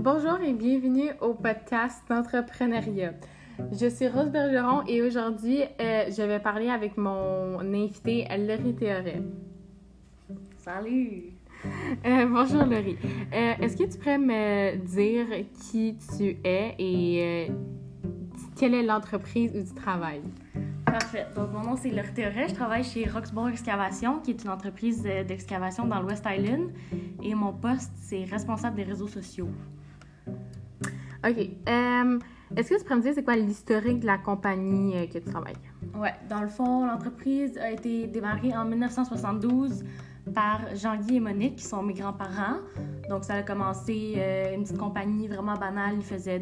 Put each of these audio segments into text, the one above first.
Bonjour et bienvenue au podcast d'entrepreneuriat. Je suis Rose Bergeron et aujourd'hui, je vais parler avec mon invité, Laurie Théoret. Salut! Bonjour Laurie. Est-ce que tu pourrais me dire qui tu es et quelle est l'entreprise où tu travailles? Parfait. Donc, mon nom, c'est Laurie Théoret. Je travaille chez Roxborough Excavation, qui est une entreprise d'excavation dans le West Island. Et mon poste, c'est responsable des réseaux sociaux. OK. Est-ce que tu pourrais me dire c'est quoi l'historique de la compagnie que tu travailles? Ouais. Dans le fond, l'entreprise a été démarrée en 1972 par Jean-Guy et Monique, qui sont mes grands-parents. Donc, ça a commencé une petite compagnie vraiment banale. Ils faisaient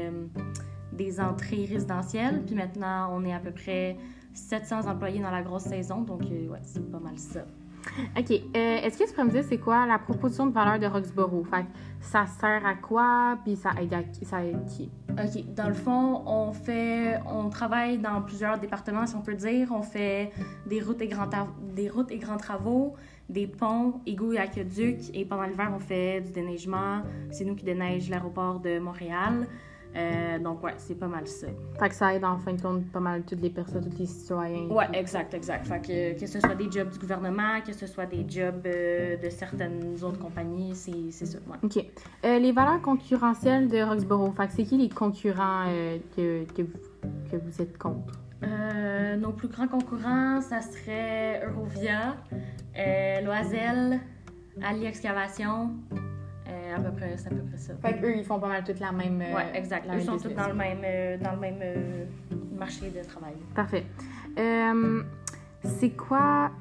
des entrées résidentielles. Puis maintenant, on est à peu près 700 employés dans la grosse saison. Donc, ouais, c'est pas mal ça. OK. Est-ce que tu peux me dire c'est quoi la proposition de valeur de Roxborough? Fait que ça sert à quoi? Puis ça aide qui? OK. Dans le fond, on travaille dans plusieurs départements, si on peut dire. On fait des routes et grands travaux, des ponts, égouts et aqueducs. Et pendant l'hiver, on fait du déneigement. C'est nous qui déneige l'aéroport de Montréal. Donc, ouais, c'est pas mal ça. Fait que ça aide en fin de compte pas mal toutes les personnes, tous les citoyens. Ouais, exact. Fait que ce soit des jobs du gouvernement, que ce soit des jobs de certaines autres compagnies, c'est ça, ouais. OK. Les valeurs concurrentielles de Roxborough, fait que c'est qui les concurrents que vous êtes contre? Nos plus grands concurrents, ça serait Eurovia, Loisel, Ali Excavation. C'est à peu près ça. Fait qu'eux, ils font pas mal toute la même... ouais, exact. Eux sont tous dans le même marché de travail. Parfait. C'est quoi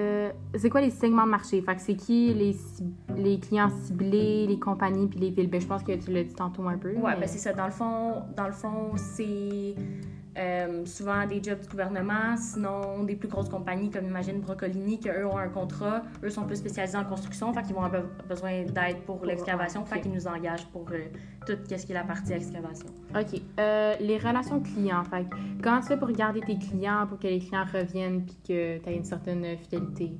les segments de marché? Fait que c'est qui les clients ciblés, les compagnies puis les villes? Ben, je pense que tu l'as dit tantôt un peu. Ouais, mais... ben c'est ça. Dans le fond, c'est souvent des jobs du gouvernement, sinon des plus grosses compagnies comme imagine Brocolini, qu'eux ont un contrat. Eux sont plus spécialisés en construction, fait qu'ils vont avoir besoin d'aide pour l'excavation, fait qu'ils nous engagent pour tout ce qui est la partie excavation. OK. Les relations clients, fait que comment tu fais pour garder tes clients, pour que les clients reviennent puis que tu aies une certaine fidélité?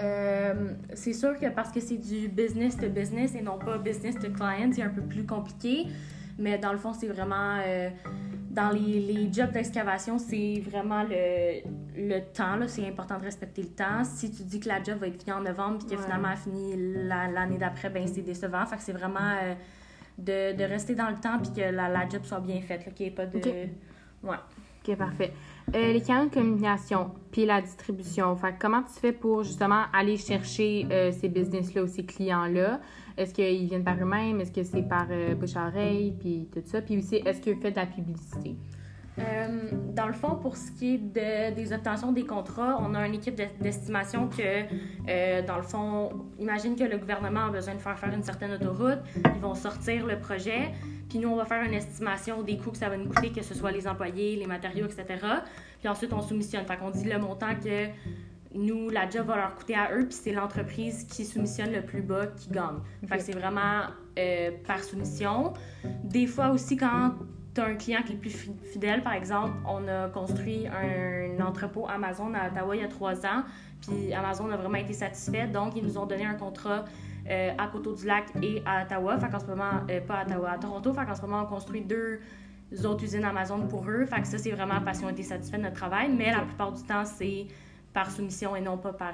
C'est sûr que parce que c'est du business to business et non pas business to client, c'est un peu plus compliqué, mais dans le fond, c'est vraiment... dans les jobs d'excavation, c'est vraiment le temps. Là. C'est important de respecter le temps. Si tu dis que la job va être finie en novembre puis que finalement elle finit l'année d'après, ben c'est décevant. Fait que c'est vraiment de rester dans le temps puis que la job soit bien faite, là, qu'il n'y ait pas de... Okay. Ouais. OK, parfait. Les canaux de communication puis la distribution. Fait que comment tu fais pour justement aller chercher ces business-là ou ces clients-là? Est-ce qu'ils viennent par eux-mêmes? Est-ce que c'est par bouche à oreille? Puis tout ça. Puis aussi, est-ce que vous faites de la publicité? Dans le fond, pour ce qui est des obtentions des contrats, on a une équipe d'estimation que, dans le fond, imagine que le gouvernement a besoin de faire une certaine autoroute, ils vont sortir le projet, puis nous, on va faire une estimation des coûts que ça va nous coûter, que ce soit les employés, les matériaux, etc. Puis ensuite, on soumissionne. Fait qu'on dit le montant que nous, la job va leur coûter à eux, puis c'est l'entreprise qui soumissionne le plus bas qui gagne. Fait que c'est vraiment par soumission. Des fois aussi, quand tu as un client qui est plus fidèle, par exemple, on a construit un entrepôt Amazon à Ottawa il y a 3 ans, puis Amazon a vraiment été satisfait, donc ils nous ont donné un contrat à Coteau-du-Lac et à Ottawa, fait qu'en ce moment, pas à Ottawa, à Toronto, fait qu'en ce moment, on construit 2 autres usines Amazon pour eux, fait que ça, c'est vraiment parce qu'ils ont été satisfaits de notre travail, mais la plupart du temps, c'est par soumission et non pas par...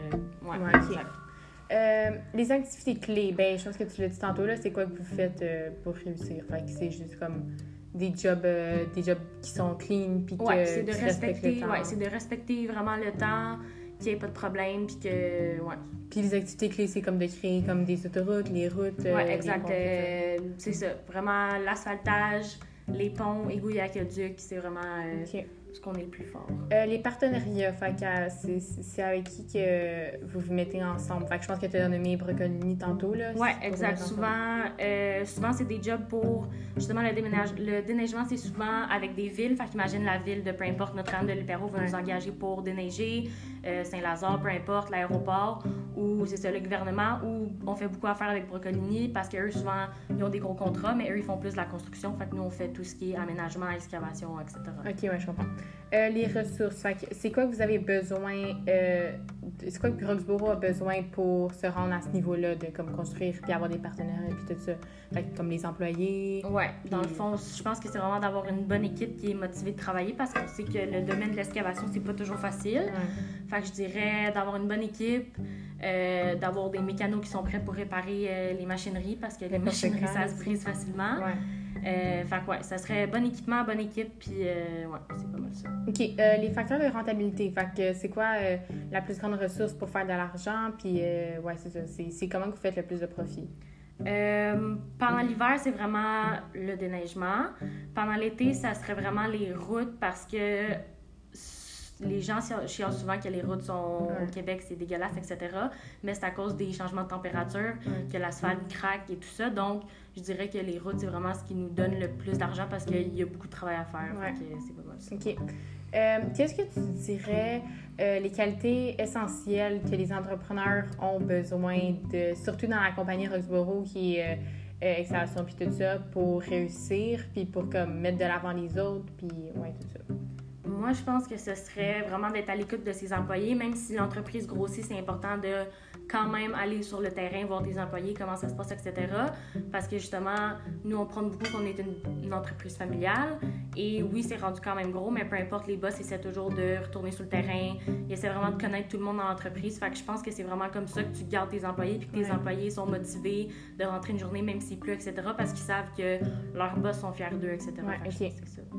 Les activités clés, ben je pense que tu l'as dit tantôt, là, c'est quoi que vous faites pour réussir? Fait que c'est juste comme des jobs qui sont clean, puis que c'est de respecter le temps. Ouais, c'est de respecter vraiment le temps, qu'il n'y ait pas de problème, puis que... Ouais. Puis les activités clés, c'est comme de créer comme des autoroutes, les routes... ouais, exact. C'est ça. Vraiment, l'asphaltage, les ponts, égouts et aqueducs, c'est vraiment... ce qu'on est le plus fort. Les partenariats, fait que c'est avec qui que vous vous mettez ensemble? Fait que je pense que tu as nommé Brocolini tantôt, là. Oui, exact. Souvent, c'est des jobs pour, justement, le déneigement, c'est souvent avec des villes. Fait qu'imagine la ville de peu importe, Notre-Dame-de-l'Éperons va nous engager pour déneiger, Saint-Lazare, peu importe, l'aéroport, ou c'est ça, le gouvernement, où on fait beaucoup affaire avec Brocolini parce qu'eux, souvent, ils ont des gros contrats, mais eux, ils font plus de la construction. Fait que nous, on fait tout ce qui est aménagement, excavation, etc. OK, ouais, je comprends. Les ressources, fait que c'est quoi que vous avez besoin c'est quoi que Roxborough a besoin pour se rendre à ce niveau-là, de comme construire puis avoir des partenaires et puis tout ça? Fait que, comme les employés. Ouais, dans le fond, je pense que c'est vraiment d'avoir une bonne équipe qui est motivée de travailler parce qu'on sait que le domaine de l'excavation, c'est pas toujours facile. Fait que je dirais d'avoir une bonne équipe, d'avoir des mécanos qui sont prêts pour réparer les machineries parce que les machineries, ça se brise facilement. Fait que ouais, ça serait bon équipement, bonne équipe, puis ouais, c'est pas mal ça. OK. Les facteurs de rentabilité, fait que c'est quoi la plus grande ressource pour faire de l'argent, puis ouais, c'est ça. C'est comment que vous faites le plus de profit? Pendant l'hiver, c'est vraiment le déneigement. Pendant l'été, ça serait vraiment les routes parce que les gens chialent souvent que les routes sont au Québec, c'est dégueulasse, etc. Mais c'est à cause des changements de température que l'asphalte craque et tout ça. Donc, je dirais que les routes, c'est vraiment ce qui nous donne le plus d'argent parce qu'il y a beaucoup de travail à faire. Fait que c'est pas mal ça. OK. Qu'est-ce que tu dirais les qualités essentielles que les entrepreneurs ont besoin de, surtout dans la compagnie Roxborough qui est excavation puis tout ça, pour réussir puis pour comme mettre de l'avant les autres puis ouais, tout ça? Moi, je pense que ce serait vraiment d'être à l'écoute de ses employés. Même si l'entreprise grossit, c'est important de quand même aller sur le terrain, voir tes employés, comment ça se passe, etc. Parce que justement, nous, on prend beaucoup qu'on est une entreprise familiale. Et oui, c'est rendu quand même gros, mais peu importe, les boss essaient toujours de retourner sur le terrain. Ils essaient vraiment de connaître tout le monde dans l'entreprise. Fait que je pense que c'est vraiment comme ça que tu gardes tes employés puis que tes employés sont motivés de rentrer une journée, même s'il pleut, etc. Parce qu'ils savent que leurs boss sont fiers d'eux, etc. Ouais, fait que c'est ça.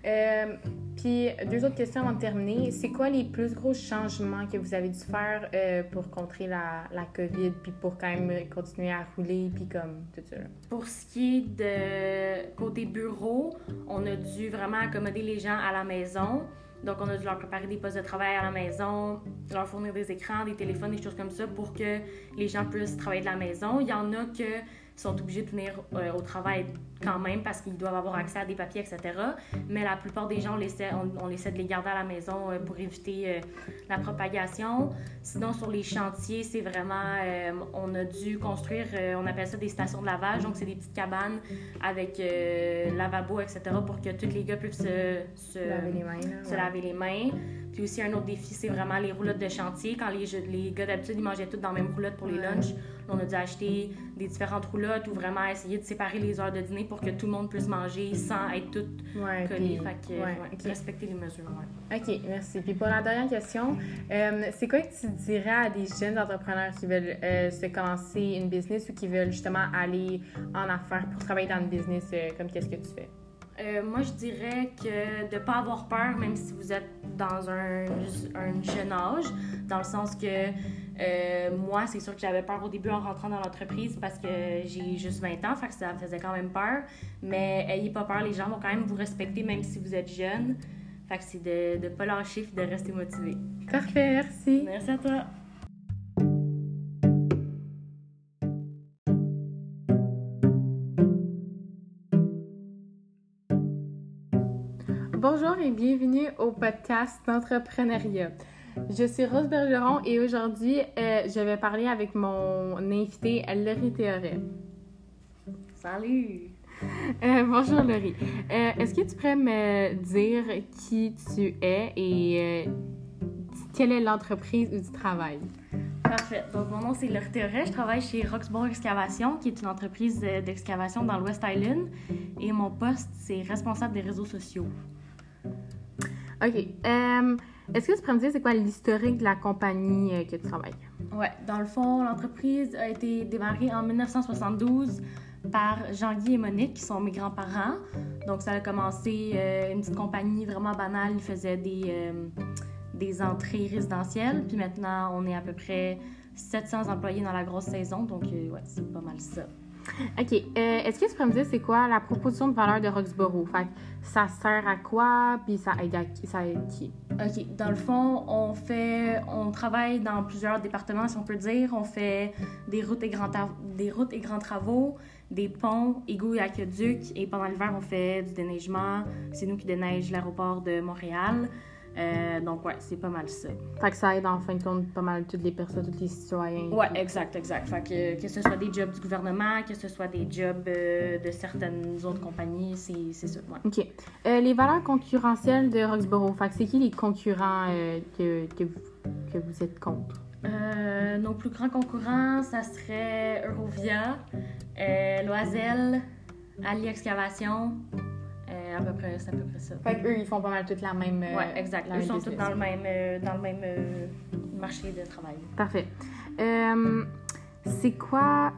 Puis, deux autres questions avant de terminer. C'est quoi les plus gros changements que vous avez dû faire pour contrer la COVID, puis pour quand même continuer à rouler, puis comme tout ça? Pour ce qui est de côté bureau, on a dû vraiment accommoder les gens à la maison. Donc, on a dû leur préparer des postes de travail à la maison, leur fournir des écrans, des téléphones, des choses comme ça pour que les gens puissent travailler de la maison. Il y en a qui sont obligés de venir au travail quand même parce qu'ils doivent avoir accès à des papiers, etc. Mais la plupart des gens, on essaie de les garder à la maison pour éviter la propagation. Sinon, sur les chantiers, c'est vraiment... on a dû construire, on appelle ça des stations de lavage. Donc, c'est des petites cabanes avec lavabo, etc. pour que tous les gars puissent se laver les mains. Puis aussi, un autre défi, c'est vraiment les roulottes de chantier. Quand les gars, d'habitude, ils mangeaient toutes dans la même roulotte pour les lunchs. On a dû acheter des différentes roulottes ou vraiment essayer de séparer les heures de dîner pour que tout le monde puisse manger sans être toutes collées. Fait que, respecter les mesures. OK, merci. Puis pour la dernière question, c'est quoi que tu dirais à des jeunes entrepreneurs qui veulent se commencer une business ou qui veulent justement aller en affaires pour travailler dans une business, comme qu'est-ce que tu fais? Moi, je dirais que de ne pas avoir peur, même si vous êtes dans un jeune âge, dans le sens que moi, c'est sûr que j'avais peur au début en rentrant dans l'entreprise parce que j'ai juste 20 ans, fait que ça me faisait quand même peur. Mais ayez pas peur, les gens vont quand même vous respecter même si vous êtes jeune. Fait que c'est de ne pas lâcher et de rester motivé. Parfait, merci. Merci à toi. Bonjour et bienvenue au podcast d'entrepreneuriat. Je suis Rose Bergeron et aujourd'hui, je vais parler avec mon invité, Laurie Théoret. Salut! Bonjour Laurie. Est-ce que tu pourrais me dire qui tu es et quelle est l'entreprise où tu travailles? Parfait. Donc, mon nom, c'est Laurie Théoret. Je travaille chez Roxborough Excavation, qui est une entreprise d'excavation dans l'West Island. Et mon poste, c'est responsable des réseaux sociaux. OK. Est-ce que tu pourrais me dire c'est quoi l'historique de la compagnie que tu travailles? Oui. Dans le fond, l'entreprise a été démarrée en 1972 par Jean-Guy et Monique, qui sont mes grands-parents. Donc, ça a commencé une petite compagnie vraiment banale. Ils faisaient des entrées résidentielles. Puis maintenant, on est à peu près 700 employés dans la grosse saison. Donc, ouais, c'est pas mal ça. OK. Est-ce que tu pourrais me dire c'est quoi la proposition de valeur de Roxborough? Fait que ça sert à quoi? Puis ça aide qui? OK. Dans le fond, on travaille dans plusieurs départements, si on peut dire. On fait des routes et grands travaux, des ponts, égouts et aqueducs. Et pendant l'hiver, on fait du déneigement. C'est nous qui déneige l'aéroport de Montréal. Donc, ouais, c'est pas mal ça. Fait que ça aide en fin de compte pas mal toutes les personnes, tous les citoyens. Ouais, exact. Fait que ce soit des jobs du gouvernement, que ce soit des jobs de certaines autres compagnies, c'est ça. Ouais. OK. Les valeurs concurrentielles de Roxborough, fait que c'est qui les concurrents que vous êtes contre? nos plus grands concurrents, ça serait Eurovia, Loisel, Ali Excavation. À peu près, c'est à peu près ça. Fait qu'eux, ils font pas mal toute la même... Oui, exact. Eux sont tous dans le même marché de travail. Parfait. C'est quoi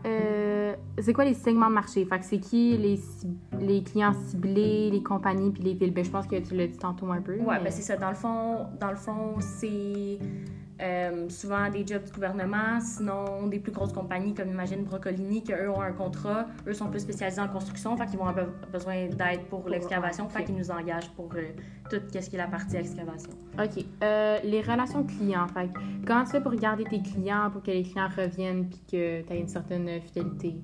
les segments de marché? Fait que c'est qui les clients ciblés, les compagnies puis les villes? Ben, je pense que tu l'as dit tantôt un peu. Oui, mais... c'est ça. Dans le fond, c'est souvent des jobs du gouvernement, sinon des plus grosses compagnies comme imagine Brocolini, qu'eux ont un contrat, eux sont plus spécialisés en construction, fait qu'ils vont avoir besoin d'aide pour l'excavation, fait qu'ils nous engagent pour tout ce qui est la partie excavation. OK. Les relations clients, fait que comment tu fais pour garder tes clients, pour que les clients reviennent puis que tu aies une certaine fidélité?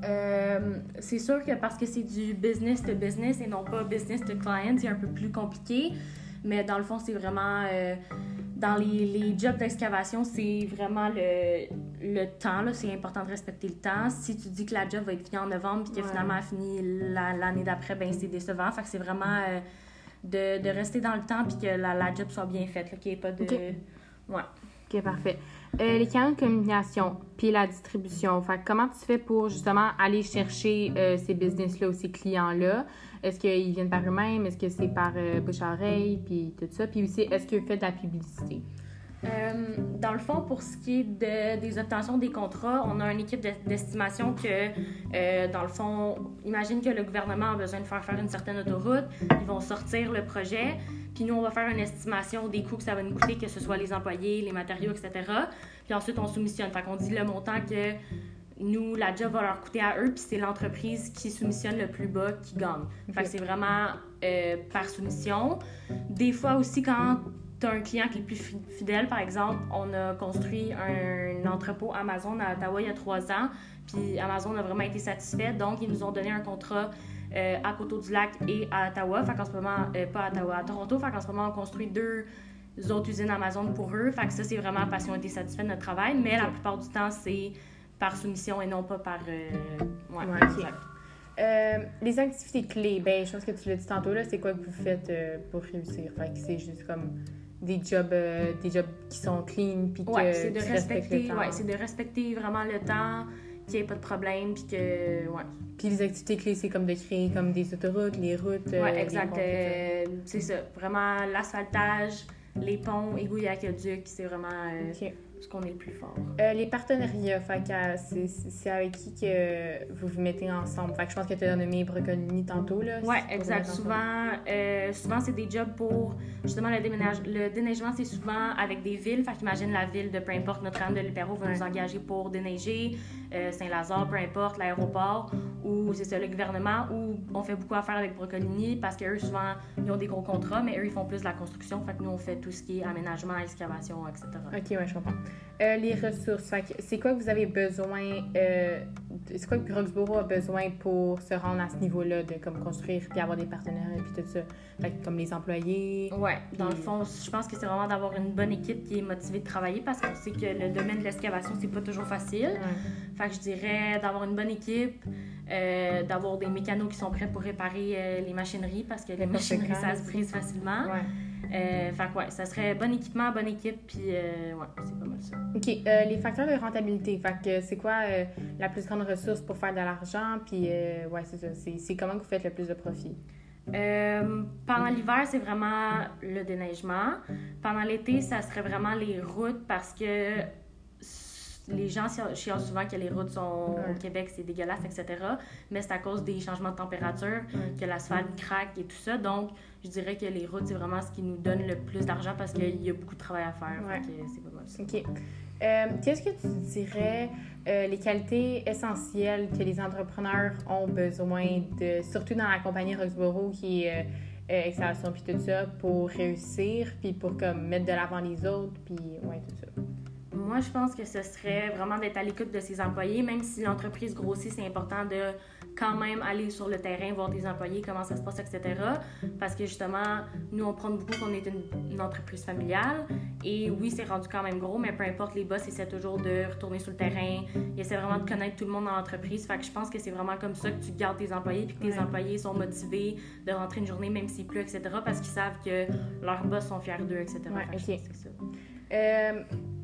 C'est sûr que parce que c'est du business to business et non pas business to client, c'est un peu plus compliqué, mais dans le fond, c'est vraiment... dans les jobs d'excavation, c'est vraiment le temps. Là, c'est important de respecter le temps. Si tu dis que la job va être finie en novembre puis que finalement elle finit l'année d'après, ben c'est décevant. Fait que c'est vraiment de rester dans le temps puis que la job soit bien faite, là, qu'il n'y ait pas de... Okay. Ouais. OK, parfait. Les canaux de communication puis la distribution, fait que comment tu fais pour justement aller chercher ces business-là ou ces clients-là? Est-ce qu'ils viennent par eux-mêmes? Est-ce que c'est par bouche à oreille? Puis tout ça. Puis aussi, est-ce que vous faites de la publicité? Dans le fond, pour ce qui est des obtentions des contrats, on a une équipe d'estimation que, dans le fond, imagine que le gouvernement a besoin de faire une certaine autoroute, ils vont sortir le projet, puis nous, on va faire une estimation des coûts que ça va nous coûter, que ce soit les employés, les matériaux, etc. Puis ensuite, on soumissionne. Fait qu'on dit le montant que nous, la job va leur coûter à eux, puis c'est l'entreprise qui soumissionne le plus bas qui gagne. Fait que c'est vraiment par soumission. Des fois aussi, quand tu as un client qui est plus fidèle, par exemple, on a construit un entrepôt Amazon à Ottawa il y a 3 ans, puis Amazon a vraiment été satisfait, donc ils nous ont donné un contrat à Coteau-du-Lac et à Ottawa, fait qu'en ce moment, pas à Ottawa, à Toronto, fait qu'en ce moment, on construit 2 autres usines Amazon pour eux, fait que ça, c'est vraiment parce qu'ils ont été satisfaits de notre travail, mais la plupart du temps, c'est par soumission et non pas par... les activités clés, ben je pense que tu l'as dit tantôt, là, c'est quoi que vous faites pour réussir? Fait que c'est juste comme des jobs qui sont clean, puis que c'est de tu respectes le temps. c'est de respecter vraiment le temps, qu'il n'y ait pas de problème, puis que... Puis les activités clés, c'est comme de créer comme des autoroutes, les routes... exact. C'est ça. Vraiment, l'asphaltage, les ponts, égouts et aqueducs, c'est vraiment... ce qu'on est le plus fort. Les partenariats, fait que c'est avec qui que vous vous mettez ensemble? Fait que je pense que tu as nommé Brocolini tantôt, là. Oui, exact. Souvent, c'est des jobs pour, justement, le déneigement, c'est souvent avec des villes. Fait qu'imagine la ville de peu importe, Notre-Dame-de-l'Éperons va nous engager pour déneiger, Saint-Lazare, peu importe, l'aéroport, ou c'est ça, le gouvernement, ou on fait beaucoup affaire avec Brocolini parce qu'eux, souvent, ils ont des gros contrats, mais eux, ils font plus de la construction. Fait que nous, on fait tout ce qui est aménagement, excavation, etc. OK, ouais, je comprends. Les ressources, c'est quoi que vous avez besoin, c'est quoi que Roxborough a besoin pour se rendre à ce niveau-là de comme construire puis avoir des partenaires et puis tout ça, fait que, comme les employés? Ouais, dans le fond, je pense que c'est vraiment d'avoir une bonne équipe qui est motivée de travailler parce qu'on sait que le domaine de l'excavation, c'est pas toujours facile. Fait que je dirais d'avoir une bonne équipe, d'avoir des mécanos qui sont prêts pour réparer les machineries parce que les machineries, ça se brise facilement. Fait que ça serait bon équipement, bonne équipe, puis c'est pas mal ça. OK. Les facteurs de rentabilité, fait que c'est quoi la plus grande ressource pour faire de l'argent, puis c'est ça, c'est comment que vous faites le plus de profit? Pendant l'hiver, c'est vraiment le déneigement. Pendant l'été, ça serait vraiment les routes parce que les gens chialent souvent que les routes sont au Québec, c'est dégueulasse, etc. Mais c'est à cause des changements de température que l'asphalte craque et tout ça. Donc, je dirais que les routes, c'est vraiment ce qui nous donne le plus d'argent parce qu'il y a beaucoup de travail à faire. Fait que c'est pas mal ça. OK. Qu'est-ce que tu dirais les qualités essentielles que les entrepreneurs ont besoin de, surtout dans la compagnie Roxborough qui est excavation puis tout ça, pour réussir puis pour comme mettre de l'avant les autres puis tout ça? Moi, je pense que ce serait vraiment d'être à l'écoute de ses employés, même si l'entreprise grossit, c'est important de quand même aller sur le terrain, voir tes employés, comment ça se passe, etc. Parce que justement, nous, on prend beaucoup qu'on est une entreprise familiale. Et oui, c'est rendu quand même gros, mais peu importe, les boss essaient toujours de retourner sur le terrain. Ils essaient vraiment de connaître tout le monde dans l'entreprise. Fait que je pense que c'est vraiment comme ça que tu gardes tes employés puis que tes employés sont motivés de rentrer une journée, même s'il pleut, etc. Parce qu'ils savent que leurs boss sont fiers d'eux, etc. OK. C'est ça.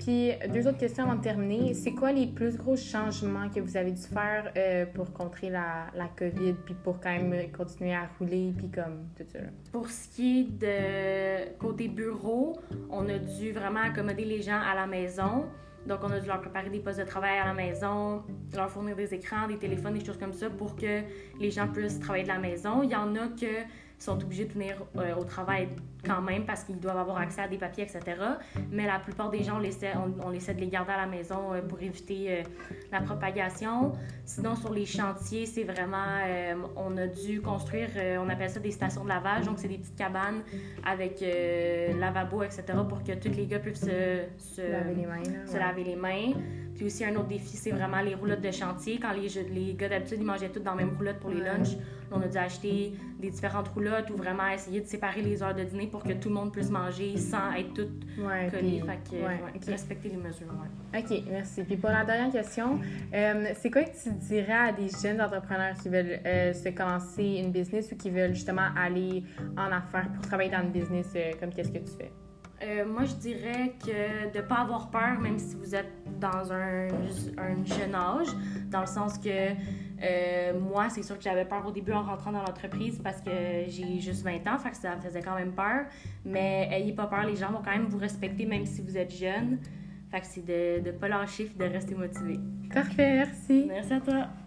Puis, 2 autres questions avant de terminer. C'est quoi les plus gros changements que vous avez dû faire pour contrer la COVID, puis pour quand même continuer à rouler, puis comme tout ça? Là? Pour ce qui est de côté bureau, on a dû vraiment accommoder les gens à la maison. Donc, on a dû leur préparer des postes de travail à la maison, leur fournir des écrans, des téléphones, des choses comme ça pour que les gens puissent travailler de la maison. Il y en a qui sont obligés de venir au travail quand même parce qu'ils doivent avoir accès à des papiers, etc. Mais la plupart des gens, on essaie de les garder à la maison pour éviter la propagation. Sinon, sur les chantiers, c'est vraiment... on a dû construire, on appelle ça des stations de lavage. Donc, c'est des petites cabanes avec lavabo, etc. pour que tous les gars puissent se laver les mains. Puis aussi, un autre défi, c'est vraiment les roulottes de chantier. Quand les gars, d'habitude, ils mangeaient toutes dans la même roulotte pour les lunchs. On a dû acheter des différentes roulottes ou vraiment essayer de séparer les heures de dîner pour que tout le monde puisse manger sans être toutes collées. Fait que respecter les mesures. Ouais. OK, merci. Puis pour la dernière question, c'est quoi que tu dirais à des jeunes entrepreneurs qui veulent se commencer une business ou qui veulent justement aller en affaires pour travailler dans une business comme qu'est-ce que tu fais? Moi, je dirais que de ne pas avoir peur, même si vous êtes dans un jeune âge, dans le sens que moi, c'est sûr que j'avais peur au début en rentrant dans l'entreprise parce que j'ai juste 20 ans, fait que ça me faisait quand même peur. Mais ayez pas peur, les gens vont quand même vous respecter même si vous êtes jeune. Fait que c'est de ne pas lâcher et de rester motivé. Parfait, merci. Merci à toi.